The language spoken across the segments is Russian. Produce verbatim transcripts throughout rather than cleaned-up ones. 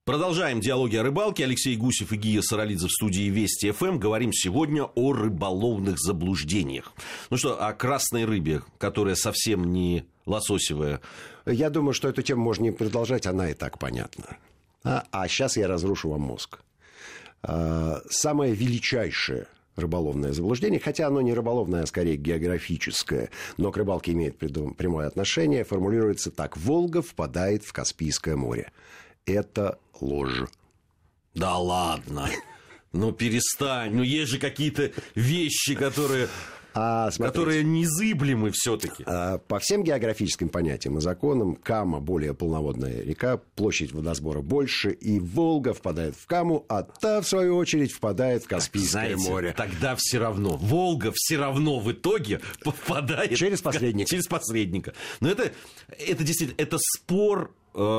Продолжаем диалоги о рыбалке. Алексей Гусев и Гия Саралидзе в студии Вести ФМ. Говорим сегодня о рыболовных заблуждениях. Ну что, о красной рыбе, которая совсем не лососевая. Я думаю, что эту тему можно не продолжать, она и так понятна. А, а сейчас я разрушу вам мозг. А, самое величайшее рыболовное заблуждение, хотя оно не рыболовное, а скорее географическое, но к рыбалке имеет прямое отношение, формулируется так: Волга впадает в Каспийское море. Это ложь. Да ладно. Ну перестань. Ну есть же какие-то вещи, которые, а, которые незыблемы все-таки. А, по всем географическим понятиям и законам Кама более полноводная река, площадь водосбора больше, и Волга впадает в Каму, а та, в свою очередь, впадает в Каспийское так, знаете, море. Тогда все равно. Волга все равно в итоге попадает... Через посредника. Через посредника. Но это, это действительно, это спор...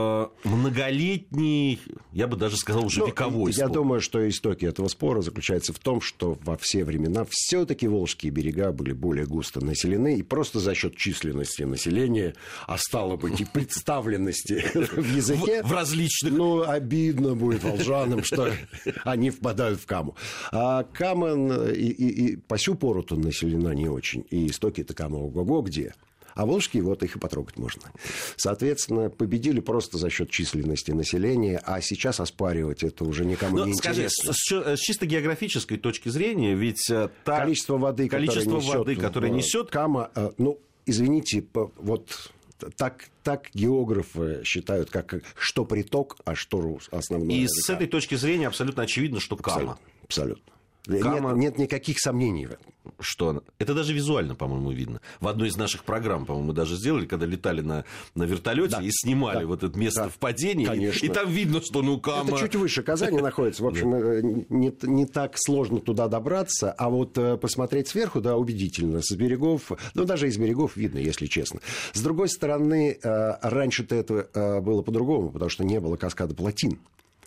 многолетний, я бы даже сказал, уже ну, вековой я спор. Я думаю, что истоки этого спора заключаются в том, что во все времена все-таки волжские берега были более густо населены, и просто за счет численности населения, а стало быть и представленности в языке, в различных... Ну, обидно будет волжанам, что они впадают в Каму. А Кама и по сю пору-то населена не очень, и истоки-то Кама ого-го где. А волжские, вот их и потрогать можно. Соответственно, победили просто за счет численности населения, а сейчас оспаривать это уже никому Но, не скажи, интересно. С, с чисто географической точки зрения, ведь та... количество воды, количество которое воды, несет, которое несет... Кама, ну, извините, вот... Так, так географы считают, как, что приток, а что основное. И река. С этой точки зрения абсолютно очевидно, что Кама. Абсолютно. абсолютно. Кама... Нет, нет никаких сомнений в этом. Что она? Это даже визуально, по-моему, видно. В одной из наших программ, по-моему, мы даже сделали, когда летали на, на вертолете да. и снимали да. вот это место да. впадения. И, и там видно, что ну Кама... Это чуть выше Казани находится. В общем, не, не так сложно туда добраться. А вот посмотреть сверху, да, убедительно. С берегов, ну, даже из берегов видно, если честно. С другой стороны, раньше-то это было по-другому, потому что не было каскада плотин.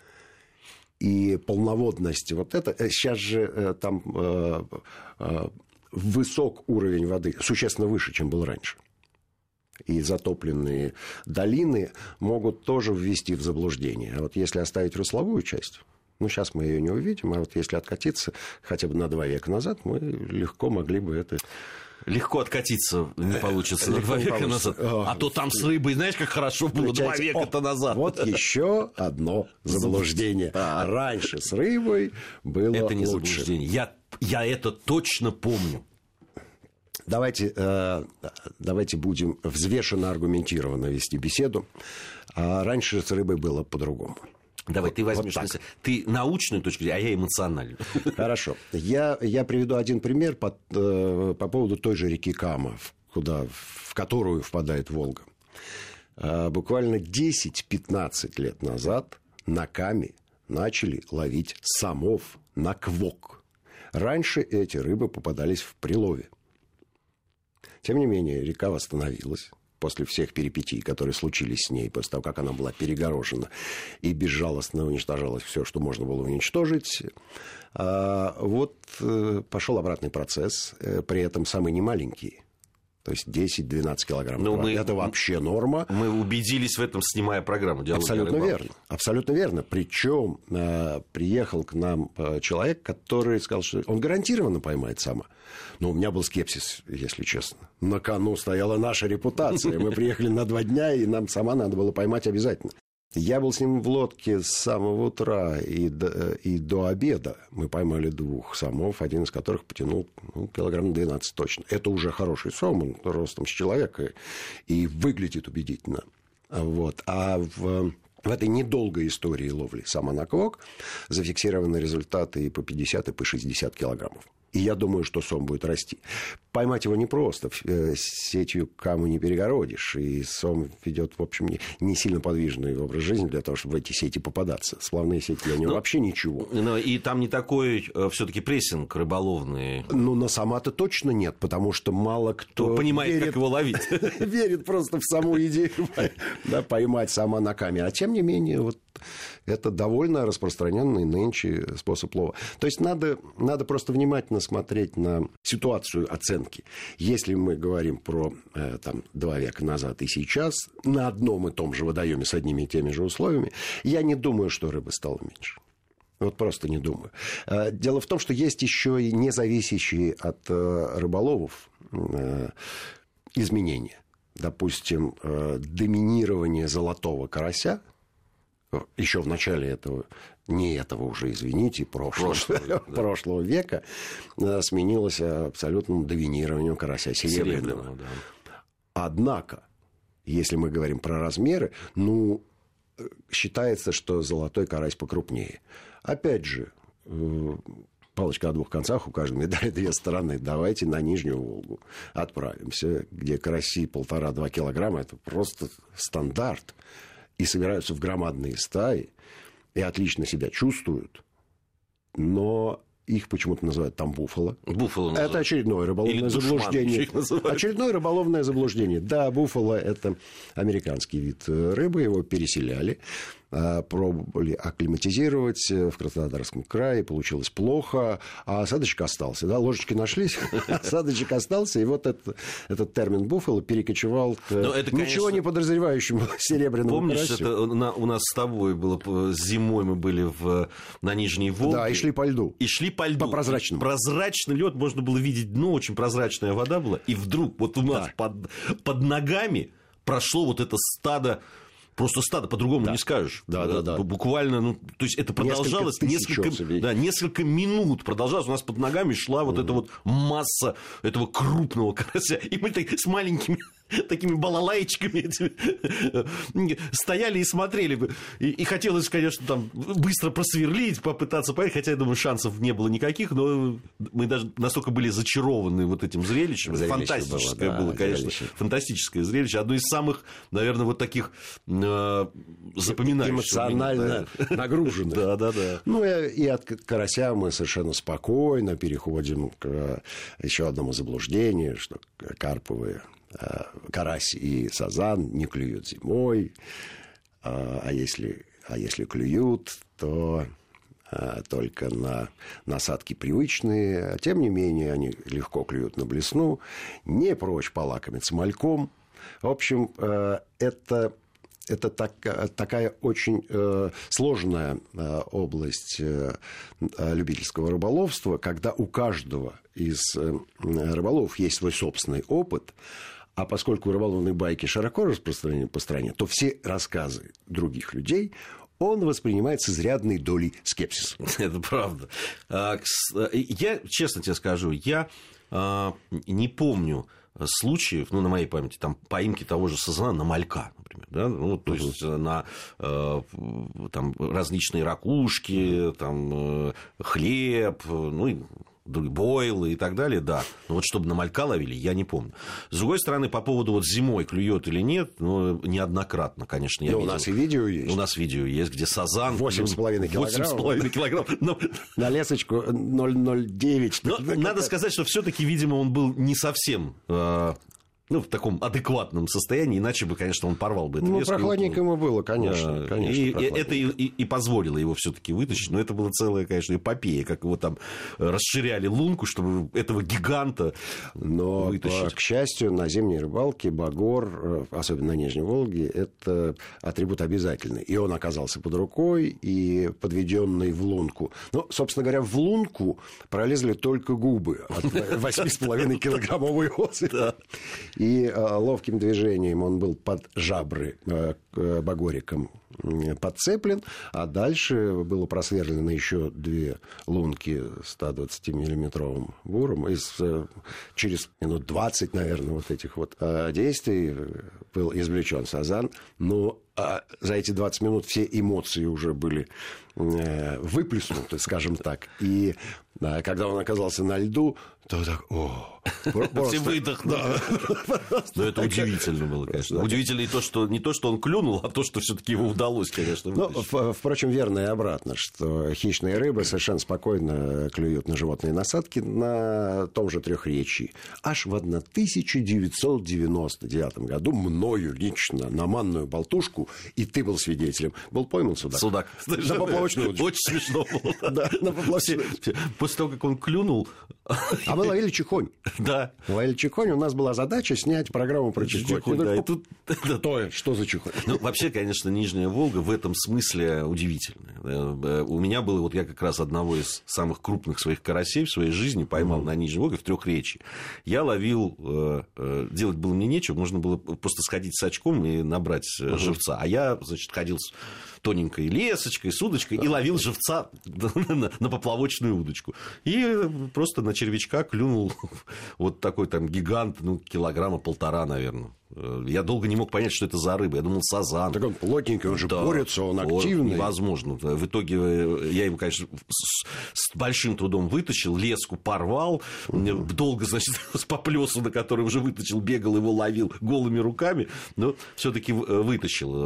И полноводность, вот это, сейчас же э, там э, э, высок уровень воды, существенно выше, чем был раньше. И затопленные долины могут тоже ввести в заблуждение. А вот если оставить русловую часть, ну, сейчас мы ее не увидим, а вот если откатиться хотя бы на два века назад, мы легко могли бы это... Легко откатиться не получится на два века назад. А то там с рыбой, знаешь, как хорошо было два века-то назад. Вот еще одно заблуждение. Раньше с рыбой было лучше. Это не заблуждение. Я, я это точно помню. Давайте, давайте будем взвешенно, аргументированно вести беседу. Раньше с рыбой было по-другому. Давай, вот, ты возьмешь, вот ты научную точку зрения, а я эмоциональную. Хорошо. Я, я приведу один пример по, э, по поводу той же реки Кама, куда, в которую впадает Волга. Э, буквально десять-пятнадцать лет назад на Каме начали ловить самов на квок. Раньше эти рыбы попадались в прилове. Тем не менее, река восстановилась. После всех перипетий, которые случились с ней, после того, как она была перегорожена и безжалостно уничтожалось все, что можно было уничтожить, вот пошел обратный процесс, при этом самый немаленький. То есть десять-двенадцать килограмм. Ну, мы, это вообще норма. Мы убедились в этом, снимая программу «Диалоги о рыбалке». Абсолютно верно. Абсолютно верно. Причем э, приехал к нам э, человек, который сказал, что он гарантированно поймает сама. Но у меня был скепсис, если честно. На кону стояла наша репутация. Мы приехали на два дня, и нам сама надо было поймать обязательно. Я был с ним в лодке с самого утра и до, и до обеда. Мы поймали двух самов, один из которых потянул ну, килограмм двенадцать точно. Это уже хороший сом, он ростом с человека и выглядит убедительно. Вот. А в, в этой недолгой истории ловли сама на квок зафиксированы результаты и по пятьдесят, и по шестьдесят килограммов. И я думаю, что сом будет расти. Поймать его непросто. Сетью Каму не перегородишь. И сом ведет, в общем, не, не сильно подвижный образ жизни для того, чтобы в эти сети попадаться. Сплавные сети для него но, вообще ничего. Но и там не такой все-таки прессинг рыболовный. Ну, на сама-то точно нет, потому что мало кто... кто понимает, верит, как его ловить. Верит просто в саму идею поймать сама на Каме. А тем не менее, вот это довольно распространенный нынче способ лова. То есть надо, надо просто внимательно смотреть на ситуацию оценки. Если мы говорим про э, там, два века назад и сейчас, на одном и том же водоеме с одними и теми же условиями, я не думаю, что рыбы стало меньше. Вот просто не думаю. Дело в том, что есть еще и независящие от рыболовов изменения. Допустим, доминирование золотого карася еще в начале этого, не этого уже, извините, прошлого, прошлого, да. прошлого века сменилось абсолютным доминированием карася серебряного. серебряного да. Однако, если мы говорим про размеры, ну, считается, что золотой карась покрупнее. Опять же, палочка о двух концах, у каждой медали две стороны. Давайте на Нижнюю Волгу отправимся, где караси полтора-два килограмма. Это просто стандарт. И собираются в громадные стаи, и отлично себя чувствуют. Но их почему-то называют там буффало. Буффало называют. Это очередное рыболовное заблуждение. Очередное рыболовное заблуждение. Да, буффало – это американский вид рыбы. Его переселяли. Пробовали акклиматизировать в Краснодарском крае, получилось плохо, а осадочек остался. Да, ложечки нашлись, осадочек остался, и вот это, этот термин буффало перекочевал к это, ничего конечно, не подозревающему серебряному помнишь, карасю. Это на, у нас с тобой было, зимой мы были в, на Нижней Волге. Да, и шли по льду. И шли по льду. По прозрачному. Прозрачный лед, можно было видеть дно, очень прозрачная вода была, и вдруг вот у нас да. под, под ногами прошло вот это стадо. Просто стадо, по-другому да. не скажешь. Да, да, да. Буквально, ну, то есть это продолжалось несколько, несколько, да, несколько минут. Продолжалось. У нас под ногами шла вот mm-hmm. эта вот масса этого крупного карася. И мы так, с маленькими такими балалайчиками стояли и смотрели. И, и хотелось, конечно, там быстро просверлить, попытаться понять. Хотя, я думаю, шансов не было никаких. Но мы даже настолько были зачарованы вот этим зрелищем. Зрелище фантастическое было, да, было конечно. Зрелище. Фантастическое зрелище. Одно из самых, наверное, вот таких запоминающих. Эмоционально да. нагруженных. Да, да, да. Ну, и, и от карася мы совершенно спокойно переходим к еще одному заблуждению, что карповые карась и сазан не клюют зимой, а если, а если клюют, то только на насадки привычные. Тем не менее, они легко клюют на блесну, не прочь полакомиться мальком. В общем, это... Это так, такая очень э, сложная э, область э, любительского рыболовства, когда у каждого из э, рыболовов есть свой собственный опыт, а поскольку рыболовные байки широко распространены по стране, то все рассказы других людей он воспринимает с изрядной долей скепсиса. Это правда. Я, честно тебе скажу, я не помню случаев, ну, на моей памяти, там, поимки того же сазана на малька, например, да, ну, то есть, uh-huh. на э, там, различные ракушки, там, э, хлеб, ну, и бойлы и так далее, да. Но вот чтобы на малька ловили, я не помню. С другой стороны, по поводу вот зимой клюет или нет, ну, неоднократно, конечно, я Но видел. у нас и видео есть. У нас видео есть, где сазан... восемь с половиной килограмм. восемь с половиной килограмм. Но... На лесочку ноль ноль девять. Но надо сказать, что все-таки, видимо, он был не совсем... Э... Ну, в таком адекватном состоянии, иначе бы, конечно, он порвал бы эту ну, леску. Ну, прохладненько ему было, конечно. Да. конечно и это и, и, и позволило его все-таки вытащить. Но это была целая, конечно, эпопея, как его там расширяли лунку, чтобы этого гиганта Но, вытащить. К счастью, на зимней рыбалке багор, особенно на Нижней Волге, это атрибут обязательный. И он оказался под рукой, и подведенный в лунку. Ну, собственно говоря, в лунку пролезли только губы от восемь с половиной килограммовой осы. И э, ловким движением он был под жабры э, багориком подцеплен, а дальше было просверлено еще две лунки ста двадцатимиллиметровым буром. И с, э, через минут двадцать, наверное, вот этих вот э, действий был извлечен сазан. Но а за эти двадцать минут все эмоции уже были э, выплеснуты, скажем так. И э, когда он оказался на льду, то так, о, все выдохнули. Но это удивительно было, конечно. Удивительно и то, что не то, что он клюнул, а то, что все-таки его удалось, конечно, вытащить. Впрочем, верно и обратно, что хищные рыбы совершенно спокойно клюют на животные насадки на том же Трехречье. Аж в тысяча девятьсот девяносто девятом году мною лично на манную болтушку удочку, и ты был свидетелем, был пойман судак. Судак. На поплавочную удочку. Очень смешно было. Да, на поплавочную. После того, как он клюнул... А мы ловили чехонь. Да. Ловили чехонь, у нас была задача снять программу про чехонь. Да, и тут... Что, что за чехонь? Ну, вообще, конечно, Нижняя Волга в этом смысле удивительная. У меня было, вот я как раз одного из самых крупных своих карасей в своей жизни поймал mm-hmm. на Нижней Волге в Трехречье. Я ловил, делать было мне нечего, можно было просто сходить с очком и набрать mm-hmm. живца. А я, значит, ходил с тоненькой лесочкой, с удочкой и ловил живца на, на поплавочную удочку. И просто на червячка клюнул вот такой там гигант, ну, килограмма полтора, наверное. Я долго не мог понять, что это за рыба. Я думал, сазан. Так он плотненький, он же да, борется, он активный. Невозможно. В итоге я его, конечно, с, с большим трудом вытащил, леску порвал. Uh-huh. Долго, значит, с поплёсу, на который уже вытащил, бегал, его ловил голыми руками. Но все-таки вытащил.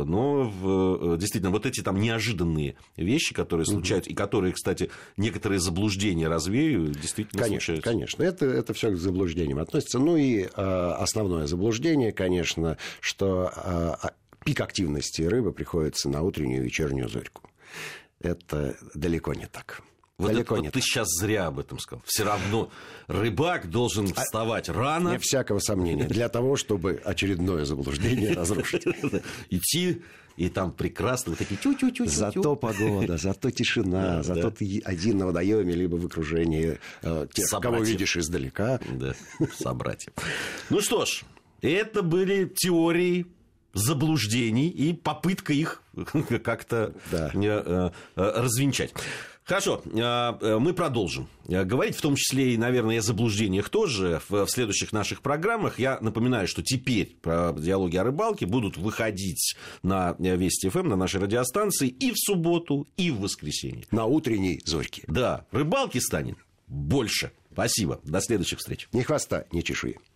Но действительно, вот эти там неожиданные вещи, которые случаются, uh-huh. и которые, кстати, некоторые заблуждения развею, действительно конечно, случаются. Конечно, это, это все к заблуждениям относится. Ну и э, основное заблуждение, конечно, Конечно, что э, пик активности рыбы приходится на утреннюю и вечернюю зорьку. Это далеко не так. Вот, далеко это, не вот ты так. сейчас зря об этом сказал. Все равно рыбак должен вставать а, рано. Вне всякого сомнения. Для того, чтобы очередное заблуждение разрушить. Идти... И там прекрасно вот такие тю-тю-тю-тю. Зато погода, зато тишина, зато ты один на водоеме, либо в окружении тех, кого видишь издалека. Да, собратьев. Ну что ж, это были теории заблуждений и попытка их как-то да. развенчать. Хорошо, мы продолжим говорить, в том числе и, наверное, о заблуждениях тоже в следующих наших программах. Я напоминаю, что теперь диалоги о рыбалке будут выходить на Вести ФМ, на нашей радиостанции и в субботу, и в воскресенье. На утренней зорьке. Да, рыбалки станет больше. Спасибо, до следующих встреч. Ни хвоста, ни чешуи.